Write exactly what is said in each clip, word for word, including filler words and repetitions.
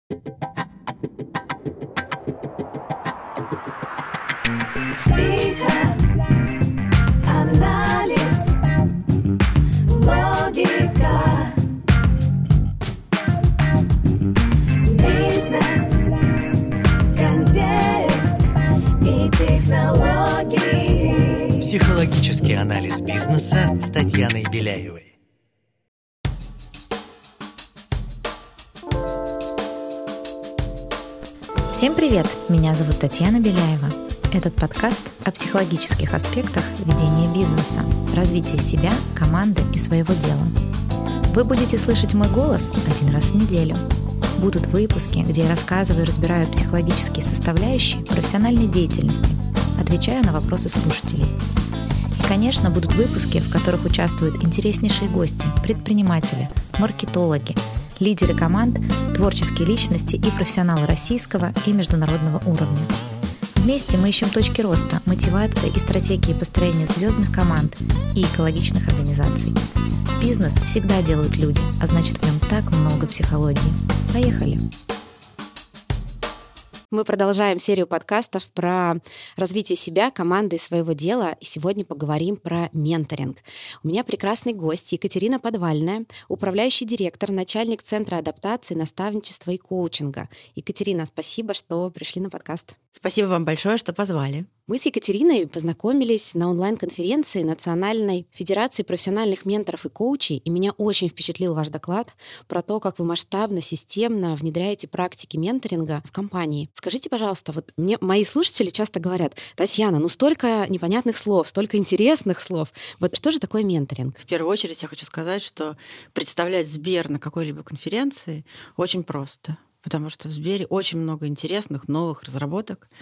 Психоанализ, логика, бизнес, контекст и технологии. Психологический анализ бизнеса с Татьяной Беляевой. Всем привет! Меня зовут Татьяна Беляева. Этот подкаст о психологических аспектах ведения бизнеса, развития себя, команды и своего дела. Вы будете слышать мой голос один раз в неделю. Будут выпуски, где я рассказываю и разбираю психологические составляющие профессиональной деятельности, отвечаю на вопросы слушателей. И, конечно, будут выпуски, в которых участвуют интереснейшие гости, предприниматели, маркетологи, лидеры команд, творческие личности и профессионалы российского и международного уровня. Вместе мы ищем точки роста, мотивации и стратегии построения звездных команд и экологичных организаций. Бизнес всегда делают люди, а значит, в нем так много психологии. Поехали! Мы продолжаем серию подкастов про развитие себя, команды и своего дела. И сегодня поговорим про менторинг. У меня прекрасный гость Екатерина Подвальная, управляющий директор, начальник Центра адаптации, наставничества и коучинга. Екатерина, спасибо, что пришли на подкаст. Спасибо вам большое, что позвали. Мы с Екатериной познакомились на онлайн-конференции Национальной Федерации профессиональных менторов и коучей, и меня очень впечатлил ваш доклад про то, как вы масштабно, системно внедряете практики менторинга в компании. Скажите, пожалуйста, вот мне мои слушатели часто говорят: Татьяна, ну столько непонятных слов, столько интересных слов. Вот что же такое менторинг? В первую очередь я хочу сказать, что представлять Сбер на какой-либо конференции очень просто. Потому что в Сбере очень много интересных новых разработок,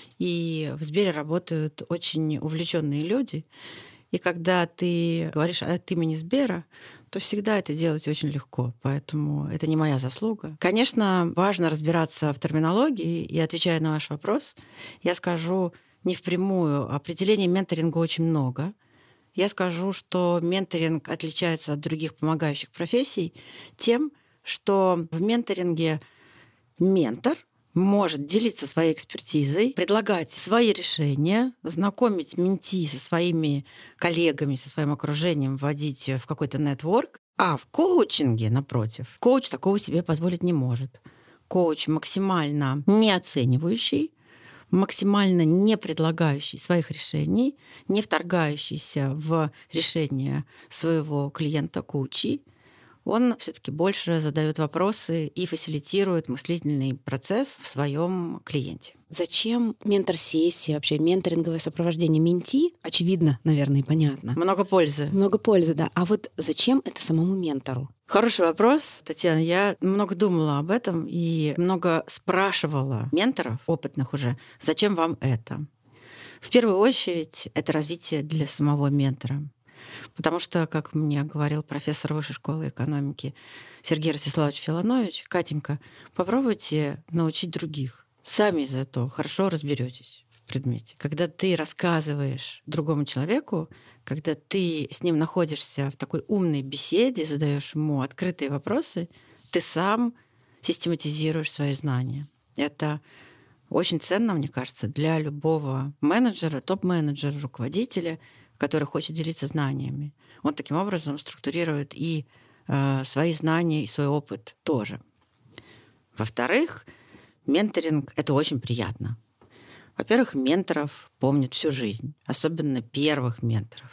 и в Сбере работают очень увлеченные люди. И когда ты говоришь от имени Сбера, то всегда это делать очень легко, поэтому это не моя заслуга. Конечно, важно разбираться в терминологии, и, отвечая на ваш вопрос, я скажу не впрямую, определений менторинга очень много. Я скажу, что менторинг отличается от других помогающих профессий тем, что в менторинге ментор может делиться своей экспертизой, предлагать свои решения, знакомить менти со своими коллегами, со своим окружением, вводить в какой-то нетворк. А в коучинге, напротив, коуч такого себе позволить не может. Коуч максимально не оценивающий, максимально не предлагающий своих решений, не вторгающийся в решение своего клиента-коучи, он все-таки больше задает вопросы и фасилитирует мыслительный процесс в своем клиенте. Зачем ментор-сессии, вообще менторинговое сопровождение менти? Очевидно, наверное, и понятно. Много пользы. Много пользы, да. А вот зачем это самому ментору? Хороший вопрос, Татьяна. Я много думала об этом и много спрашивала менторов, опытных уже, зачем вам это? В первую очередь, это развитие для самого ментора. Потому что, как мне говорил профессор Высшей школы экономики Сергей Ростиславович Филонович: Катенька, попробуйте научить других. Сами зато хорошо разберетесь в предмете. Когда ты рассказываешь другому человеку, когда ты с ним находишься в такой умной беседе, задаешь ему открытые вопросы, ты сам систематизируешь свои знания. Это очень ценно, мне кажется, для любого менеджера, топ-менеджера, руководителя, который хочет делиться знаниями. Он таким образом структурирует и э, свои знания, и свой опыт тоже. Во-вторых, менторинг — это очень приятно. Во-первых, менторов помнят всю жизнь, особенно первых менторов.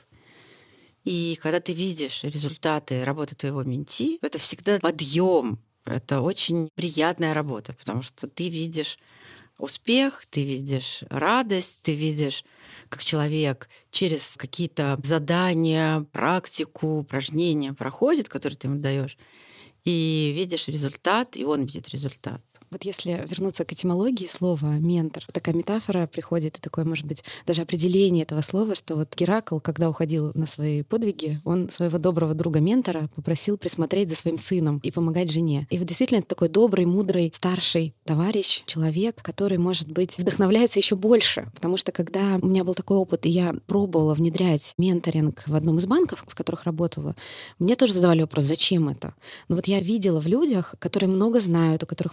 И когда ты видишь результаты работы твоего менти, это всегда подъем. Это очень приятная работа, потому что ты видишь успех, ты видишь радость, ты видишь, как человек через какие-то задания, практику, упражнения проходит, которые ты ему даешь, и видишь результат, и он видит результат. Вот если вернуться к этимологии слова «ментор», такая метафора приходит, и такое, может быть, даже определение этого слова, что вот Геракл, когда уходил на свои подвиги, он своего доброго друга-ментора попросил присмотреть за своим сыном и помогать жене. И вот действительно это такой добрый, мудрый, старший товарищ, человек, который, может быть, вдохновляется еще больше. Потому что когда у меня был такой опыт, и я пробовала внедрять менторинг в одном из банков, в которых работала, мне тоже задавали вопрос, зачем это? Но вот я видела в людях, которые много знают, у которых много опыта,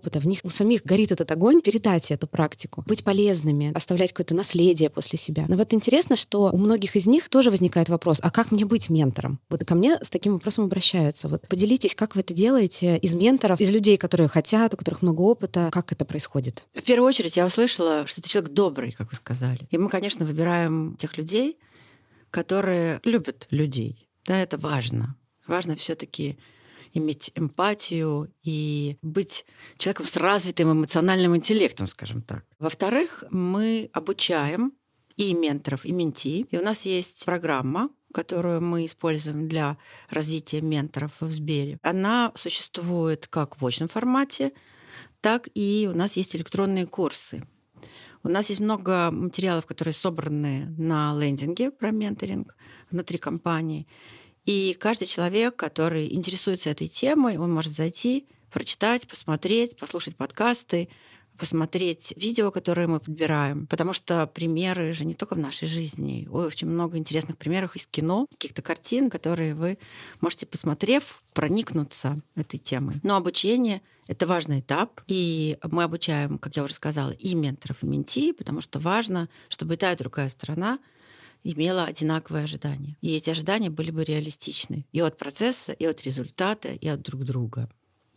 опыта, в них у самих горит этот огонь, передать эту практику, быть полезными, оставлять какое-то наследие после себя. Но вот интересно, что у многих из них тоже возникает вопрос, а как мне быть ментором? Вот ко мне с таким вопросом обращаются. Вот поделитесь, как вы это делаете из менторов, из людей, которые хотят, у которых много опыта, как это происходит? В первую очередь я услышала, что ты человек добрый, как вы сказали. И мы, конечно, выбираем тех людей, которые любят людей. Да, это важно. Важно все-таки иметь эмпатию и быть человеком с развитым эмоциональным интеллектом, скажем так. Во-вторых, мы обучаем и менторов, и менти. И у нас есть программа, которую мы используем для развития менторов в Сбере. Она существует как в очном формате, так и у нас есть электронные курсы. У нас есть много материалов, которые собраны на лендинге про менторинг внутри компании. И каждый человек, который интересуется этой темой, он может зайти, прочитать, посмотреть, послушать подкасты, посмотреть видео, которые мы подбираем. Потому что примеры же не только в нашей жизни. Ой, очень много интересных примеров из кино, каких-то картин, которые вы можете, посмотрев, проникнуться этой темой. Но обучение — это важный этап. И мы обучаем, как я уже сказала, и менторов, и менти, потому что важно, чтобы и та, и другая сторона имела одинаковые ожидания. И эти ожидания были бы реалистичны и от процесса, и от результата, и от друг друга.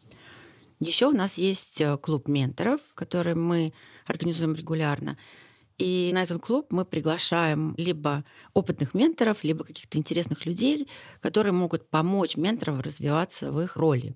Еще у нас есть клуб менторов, который мы организуем регулярно. И на этот клуб мы приглашаем либо опытных менторов, либо каких-то интересных людей, которые могут помочь менторам развиваться в их роли.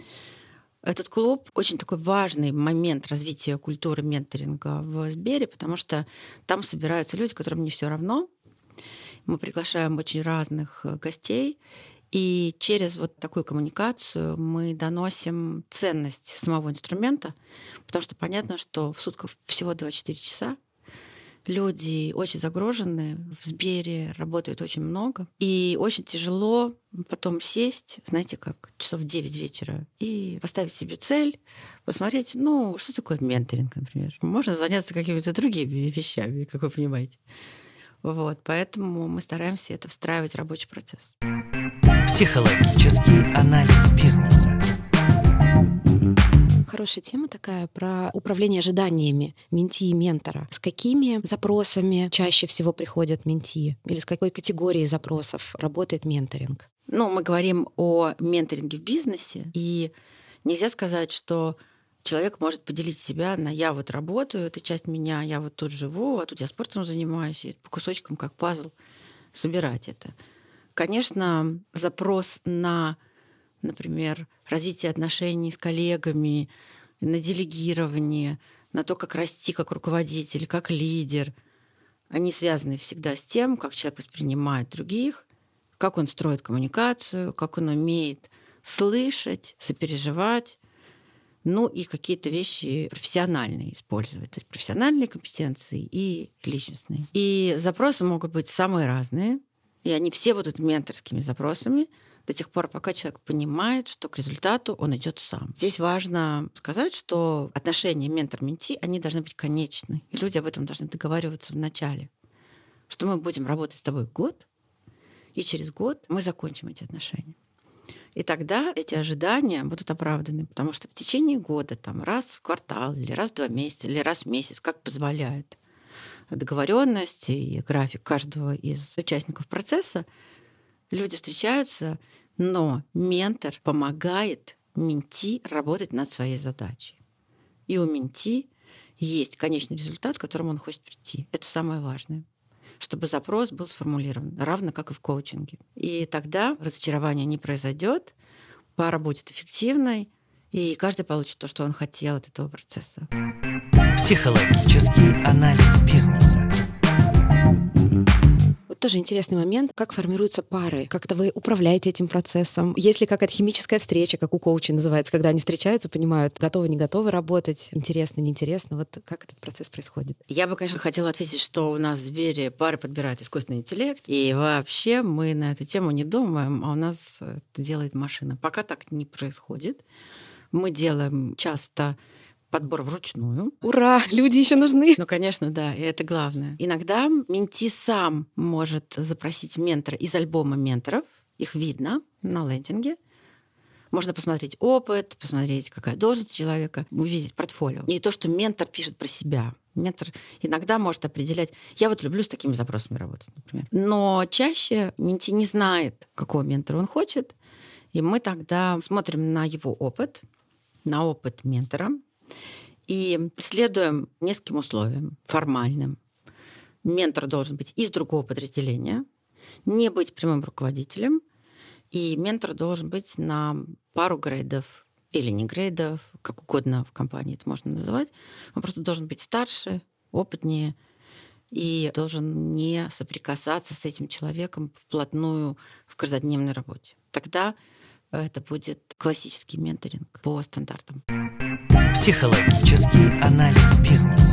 Этот клуб — очень такой важный момент развития культуры менторинга в Сбере, потому что там собираются люди, которым не все равно. Мы приглашаем очень разных гостей, и через вот такую коммуникацию мы доносим ценность самого инструмента, потому что понятно, что в сутках всего двадцать четыре часа, люди очень загружены, в Сбере работают очень много, и очень тяжело потом сесть, знаете, как часов в девять вечера, и поставить себе цель, посмотреть, ну, что такое менторинг, например. Можно заняться какими-то другими вещами, как вы понимаете. Вот, поэтому мы стараемся это встраивать в рабочий процесс. Психологический анализ бизнеса. Хорошая тема такая про управление ожиданиями менти и ментора. С какими запросами чаще всего приходят менти? Или с какой категорией запросов работает менторинг? Ну, мы говорим о менторинге в бизнесе, и нельзя сказать, что человек может поделить себя на «я вот работаю, это часть меня, я вот тут живу, а тут я спортом занимаюсь», и по кусочкам, как пазл, собирать это. Конечно, запрос на, например, развитие отношений с коллегами, на делегирование, на то, как расти как руководитель, как лидер, они связаны всегда с тем, как человек воспринимает других, как он строит коммуникацию, как он умеет слышать, сопереживать, ну и какие-то вещи профессиональные использовать. То есть профессиональные компетенции и личностные. И запросы могут быть самые разные, и они все будут менторскими запросами до тех пор, пока человек понимает, что к результату он идет сам. Здесь важно сказать, что отношения ментор-менти, они должны быть конечны. И люди об этом должны договариваться в начале. Что мы будем работать с тобой год, и через год мы закончим эти отношения. И тогда эти ожидания будут оправданы, потому что в течение года, там, раз в квартал, или раз в два месяца, или раз в месяц, как позволяет договоренность и график каждого из участников процесса, люди встречаются, но ментор помогает менти работать над своей задачей. И у менти есть конечный результат, к которому он хочет прийти. Это самое важное. Чтобы запрос был сформулирован, равно как и в коучинге. И тогда разочарование не произойдет, пара будет эффективной, и каждый получит то, что он хотел от этого процесса. Психологический анализ бизнеса. Вот тоже интересный момент, как формируются пары, как-то вы управляете этим процессом. Есть ли какая-то химическая встреча, как у коучей называется, когда они встречаются, понимают, готовы, не готовы работать, интересно, неинтересно. Вот как этот процесс происходит? Я бы, конечно, хотела ответить, что у нас в Сбере пары подбирают искусственный интеллект, и вообще мы на эту тему не думаем, а у нас это делает машина. Пока так не происходит. Мы делаем часто подбор вручную. Ура! Люди еще нужны! Ну, конечно, да, и это главное. Иногда менти сам может запросить ментора из альбома менторов. Их видно на лендинге. Можно посмотреть опыт, посмотреть, какая должность человека, увидеть портфолио. И то, что ментор пишет про себя. Ментор иногда может определять... Я вот люблю с такими запросами работать, например. Но чаще менти не знает, какого ментора он хочет, и мы тогда смотрим на его опыт, на опыт ментора, и следуем нескольким условиям формальным. Ментор должен быть из другого подразделения, не быть прямым руководителем, и ментор должен быть на пару грейдов или не грейдов, как угодно в компании это можно называть. Он просто должен быть старше, опытнее и должен не соприкасаться с этим человеком вплотную в каждодневной работе. Тогда это будет классический менторинг по стандартам. Психологический анализ бизнеса.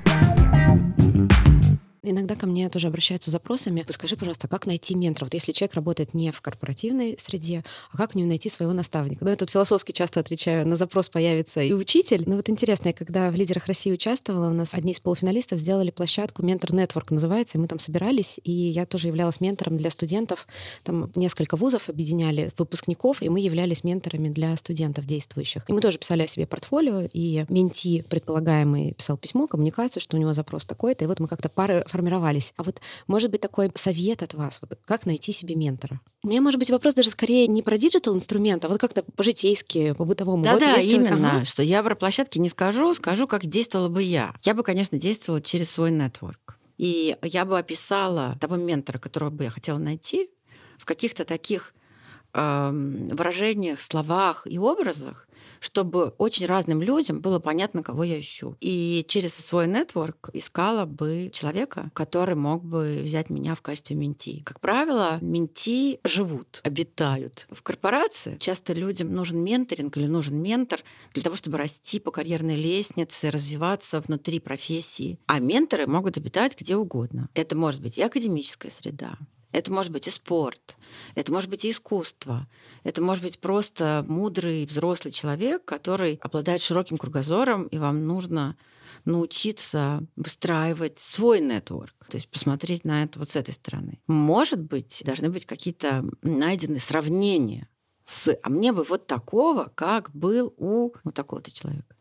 Иногда ко мне тоже обращаются с запросами: скажи, пожалуйста, как найти ментора? Вот если человек работает не в корпоративной среде, а как в нем найти своего наставника? Ну, я тут философски часто отвечаю, на запрос появится и учитель. Но вот интересно, я когда в «Лидерах России» участвовала, у нас одни из полуфиналистов сделали площадку «Ментор Нетворк» называется, и мы там собирались, и я тоже являлась ментором для студентов. Там несколько вузов объединяли выпускников, и мы являлись менторами для студентов действующих. И мы тоже писали о себе портфолио, и менти, предполагаемый, писал письмо, коммуникацию, что у него запрос такой-то, и вот мы как-то пары формировались. А вот, может быть, такой совет от вас, вот, как найти себе ментора? У меня, может быть, вопрос даже скорее не про диджитал-инструмент, а вот как-то по-житейски, по-бытовому. Да-да, вот именно, ага. что я про площадки не скажу, скажу, как действовала бы я. Я бы, конечно, действовала через свой нетворк. И я бы описала того ментора, которого бы я хотела найти, в каких-то таких э, выражениях, словах и образах, чтобы очень разным людям было понятно, кого я ищу. И через свой нетворк искала бы человека, который мог бы взять меня в качестве менти. Как правило, менти живут, обитают. В корпорации часто людям нужен менторинг или нужен ментор для того, чтобы расти по карьерной лестнице, развиваться внутри профессии. А менторы могут обитать где угодно. Это может быть и академическая среда, это может быть и спорт, это может быть и искусство, это может быть просто мудрый взрослый человек, который обладает широким кругозором, и вам нужно научиться выстраивать свой нетворк, то есть посмотреть на это вот с этой стороны. Может быть, должны быть какие-то найдены сравнения с «а мне бы вот такого, как был у вот такого-то человека».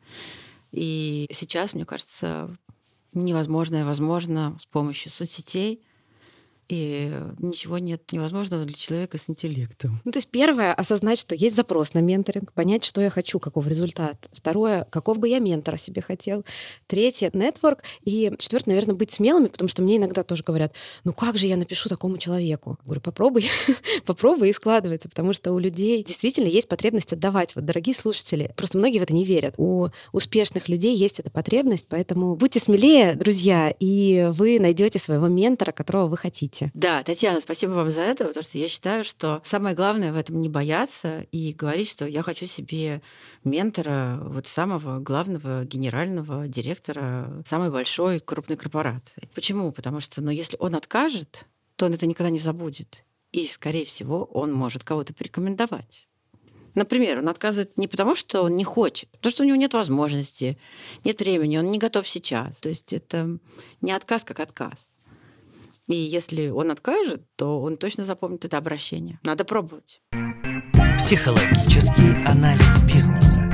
И сейчас, мне кажется, невозможное возможно с помощью соцсетей, и ничего нет невозможного для человека с интеллектом. Ну, то есть первое — осознать, что есть запрос на менторинг, понять, что я хочу, каков результат. Второе — каков бы я ментора себе хотел. Третье — нетворк. И четвертое, наверное, быть смелыми, потому что мне иногда тоже говорят: ну как же я напишу такому человеку? Говорю, попробуй, попробуй, и складывается, потому что у людей действительно есть потребность отдавать. Вот, дорогие слушатели, просто многие в это не верят. У успешных людей есть эта потребность, поэтому будьте смелее, друзья, и вы найдете своего ментора, которого вы хотите. Да, Татьяна, спасибо вам за это, потому что я считаю, что самое главное в этом не бояться и говорить, что я хочу себе ментора, вот самого главного генерального директора самой большой крупной корпорации. Почему? Потому что, ну, если он откажет, то он это никогда не забудет. И, скорее всего, он может кого-то порекомендовать. Например, он отказывает не потому, что он не хочет, а потому что у него нет возможности, нет времени, он не готов сейчас. То есть это не отказ как отказ. И если он откажет, то он точно запомнит это обращение. Надо пробовать. Психологический анализ бизнеса.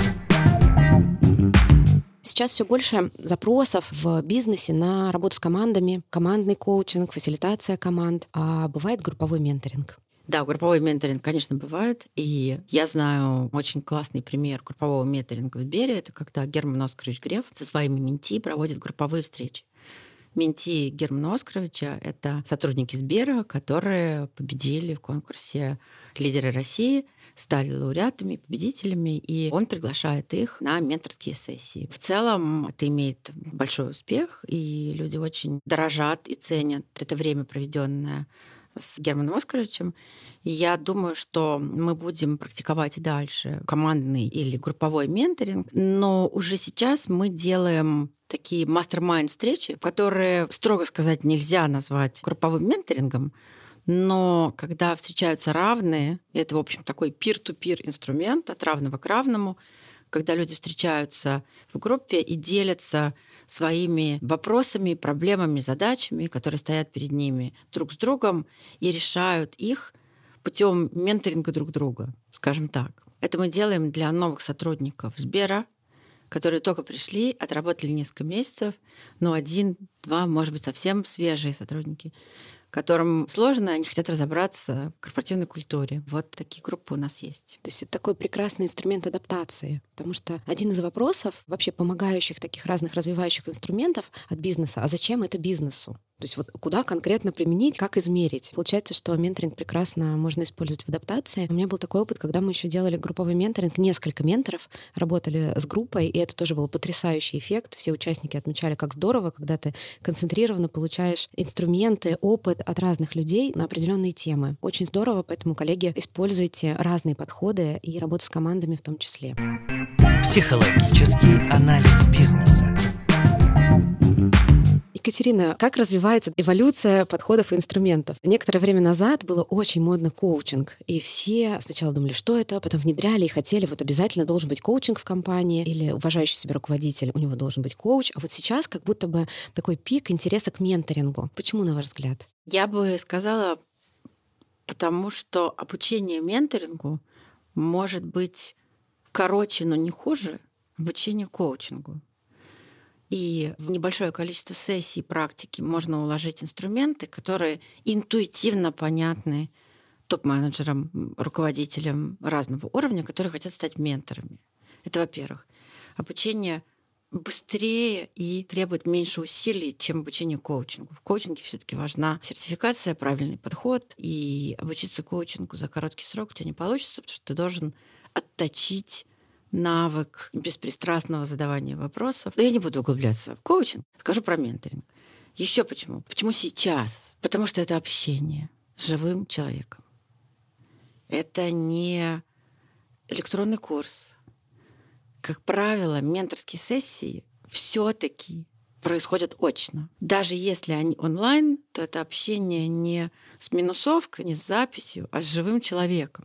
Сейчас все больше запросов в бизнесе на работу с командами, командный коучинг, фасилитация команд, а бывает групповой менторинг. Да, групповой менторинг, конечно, бывает. И я знаю очень классный пример группового менторинга в Сбере. Это когда Герман Оскарович Греф со своими менти проводит групповые встречи. Менти Германа Оскаровича — это сотрудники Сбера, которые победили в конкурсе «Лидеры России», стали лауреатами, победителями, и он приглашает их на менторские сессии. В целом это имеет большой успех, и люди очень дорожат и ценят это время, проведенное с Германом Оскаровичем. И я думаю, что мы будем практиковать и дальше командный или групповой менторинг, но уже сейчас мы делаем такие мастер-майнд-встречи, которые, строго сказать, нельзя назвать групповым менторингом, но когда встречаются равные, это, в общем, такой пир-ту-пир инструмент от равного к равному, когда люди встречаются в группе и делятся своими вопросами, проблемами, задачами, которые стоят перед ними, друг с другом, и решают их путем менторинга друг друга, скажем так. Это мы делаем для новых сотрудников Сбера, которые только пришли, отработали несколько месяцев, но один, два, может быть, совсем свежие сотрудники, которым сложно, они хотят разобраться в корпоративной культуре. Вот такие группы у нас есть. То есть это такой прекрасный инструмент адаптации, потому что один из вопросов, вообще помогающих таких разных развивающих инструментов от бизнеса, а зачем это бизнесу? То есть вот куда конкретно применить, как измерить? Получается, что менторинг прекрасно можно использовать в адаптации. У меня был такой опыт, когда мы еще делали групповой менторинг, несколько менторов работали с группой, и это тоже был потрясающий эффект. Все участники отмечали, как здорово, когда ты концентрированно получаешь инструменты, опыт от разных людей на определенные темы. Очень здорово, поэтому, коллеги, используйте разные подходы и работу с командами в том числе. Психологический анализ бизнеса. Екатерина, как развивается эволюция подходов и инструментов? Некоторое время назад было очень модно коучинг, и все сначала думали, что это, потом внедряли и хотели, вот обязательно должен быть коучинг в компании, или уважающий себя руководитель, у него должен быть коуч. А вот сейчас как будто бы такой пик интереса к менторингу. Почему, на ваш взгляд? Я бы сказала, потому что обучение менторингу может быть короче, но не хуже обучения коучингу. И в небольшое количество сессий практики можно уложить инструменты, которые интуитивно понятны топ-менеджерам, руководителям разного уровня, которые хотят стать менторами. Это, во-первых. Обучение быстрее и требует меньше усилий, чем обучение коучингу. В коучинге все-таки важна сертификация, правильный подход, и обучиться коучингу за короткий срок у тебя не получится, потому что ты должен отточить навык беспристрастного задавания вопросов. Но я не буду углубляться в коучинг, скажу про менторинг. Еще почему? Почему сейчас? Потому что это общение с живым человеком. Это не электронный курс. Как правило, менторские сессии все-таки происходят очно. Даже если они онлайн, то это общение не с минусовкой, не с записью, а с живым человеком.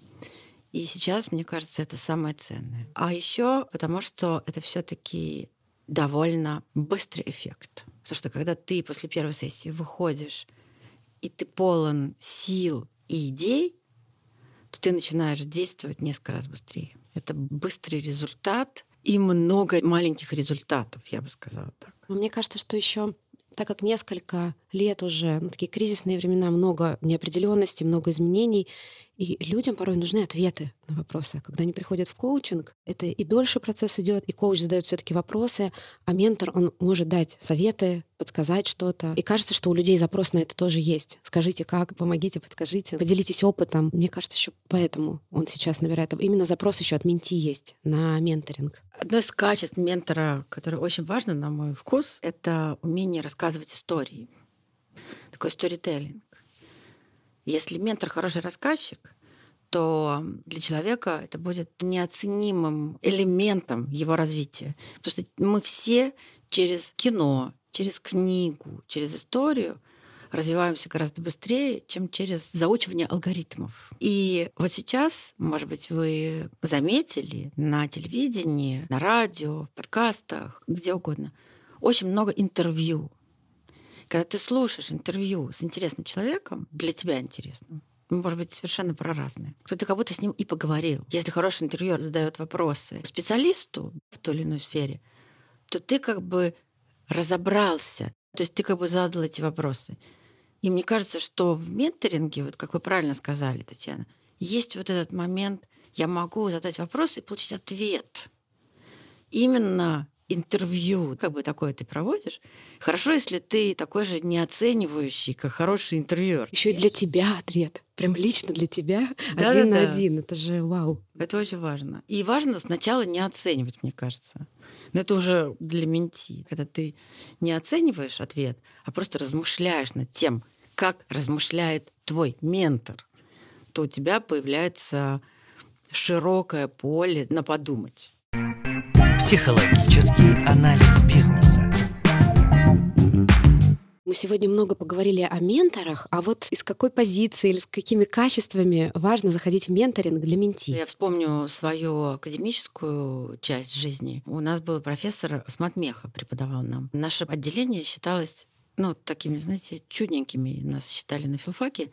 И сейчас, мне кажется, это самое ценное. А еще потому, что это все-таки довольно быстрый эффект. Потому что когда ты после первой сессии выходишь, и ты полон сил и идей, то ты начинаешь действовать несколько раз быстрее. Это быстрый результат и много маленьких результатов, я бы сказала так. Мне кажется, что еще так как несколько лет уже, ну, такие кризисные времена, много неопределенности, много изменений, и людям порой нужны ответы на вопросы. Когда они приходят в коучинг, это и дольше процесс идет, и коуч задает все-таки вопросы, а ментор, он может дать советы, подсказать что-то. И кажется, что у людей запрос на это тоже есть. Скажите как, помогите, подскажите, поделитесь опытом. Мне кажется, еще поэтому он сейчас набирает. Именно запрос еще от менти есть на менторинг. Одно из качеств ментора, которое очень важно, на мой вкус, это умение рассказывать истории. Такой сторителлинг. Если ментор хороший рассказчик, то для человека это будет неоценимым элементом его развития. Потому что мы все через кино, через книгу, через историю развиваемся гораздо быстрее, чем через заучивание алгоритмов. И вот сейчас, может быть, вы заметили на телевидении, на радио, в подкастах, где угодно, очень много интервью. Когда ты слушаешь интервью с интересным человеком, для тебя интересным, может быть, совершенно про разные, то ты как будто с ним и поговорил. Если хороший интервьюер задает вопросы специалисту в той или иной сфере, то ты как бы разобрался, то есть ты как бы задал эти вопросы. И мне кажется, что в менторинге, вот как вы правильно сказали, Татьяна, есть вот этот момент, я могу задать вопрос и получить ответ. Именно интервью, как бы такое ты проводишь. Хорошо, если ты такой же неоценивающий, как хороший интервьюер. Еще и для тебя ответ. Прям лично для тебя. Да, один да, на да. один. Это же вау. Это очень важно. И важно сначала не оценивать, мне кажется. Но это уже для менти. Когда ты не оцениваешь ответ, а просто размышляешь над тем, как размышляет твой ментор, то у тебя появляется широкое поле на подумать. Психологический анализ бизнеса. Мы сегодня много поговорили о менторах, а вот из какой позиции или с какими качествами важно заходить в менторинг для менти? Я вспомню свою академическую часть жизни. У нас был профессор с матмеха, преподавал нам. Наше отделение считалось, ну, такими, знаете, чудненькими. Нас считали на филфаке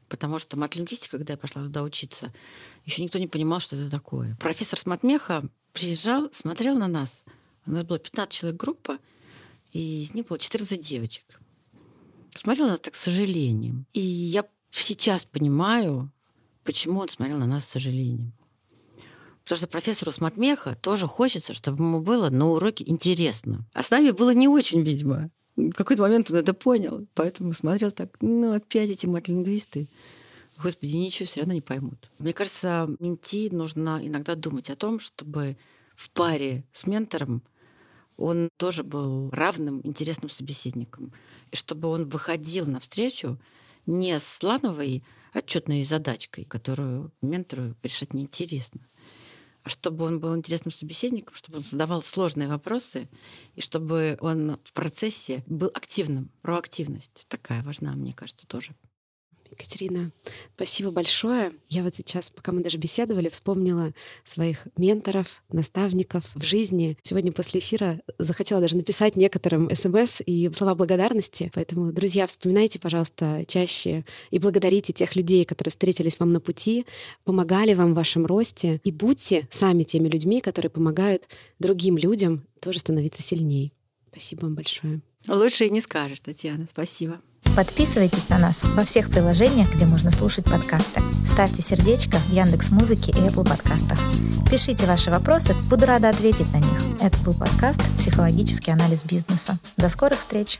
потому что матлингвистика, когда я пошла туда учиться, еще никто не понимал, что это такое. Профессор с матмеха приезжал, смотрел на нас. У нас было пятнадцать человек группа, и из них было четырнадцать девочек. Смотрел на нас так с сожалением. И я сейчас понимаю, почему он смотрел на нас с сожалением. Потому что профессору с матмеха тоже хочется, чтобы ему было на уроке интересно. А с нами было не очень, видимо. В какой-то момент он это понял. Поэтому смотрел так, ну, опять эти матлингвисты. Господи, ничего все равно не поймут. Мне кажется, менти нужно иногда думать о том, чтобы в паре с ментором он тоже был равным, интересным собеседником. И чтобы он выходил навстречу не с плановой отчетной задачкой, которую ментору решать неинтересно, а чтобы он был интересным собеседником, чтобы он задавал сложные вопросы, и чтобы он в процессе был активным. Проактивность такая важна, мне кажется, тоже. Екатерина, спасибо большое. Я вот сейчас, пока мы даже беседовали, вспомнила своих менторов, наставников в жизни. Сегодня после эфира захотела даже написать некоторым смс и слова благодарности. Поэтому, друзья, вспоминайте, пожалуйста, чаще и благодарите тех людей, которые встретились вам на пути, помогали вам в вашем росте, и будьте сами теми людьми, которые помогают другим людям тоже становиться сильнее. Спасибо вам большое. Лучше и не скажешь, Татьяна. Спасибо. Подписывайтесь на нас во всех приложениях, где можно слушать подкасты. Ставьте сердечко в Яндекс.Музыке и Apple подкастах. Пишите ваши вопросы, буду рада ответить на них. Это был подкаст «Психологический анализ бизнеса». До скорых встреч!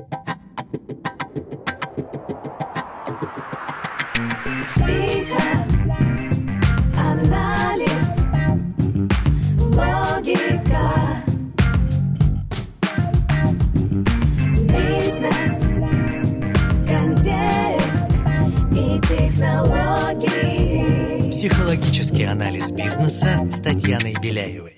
Психоанализ, логика, бизнес, контекст и технологии. Психологический анализ бизнеса с Татьяной Беляевой.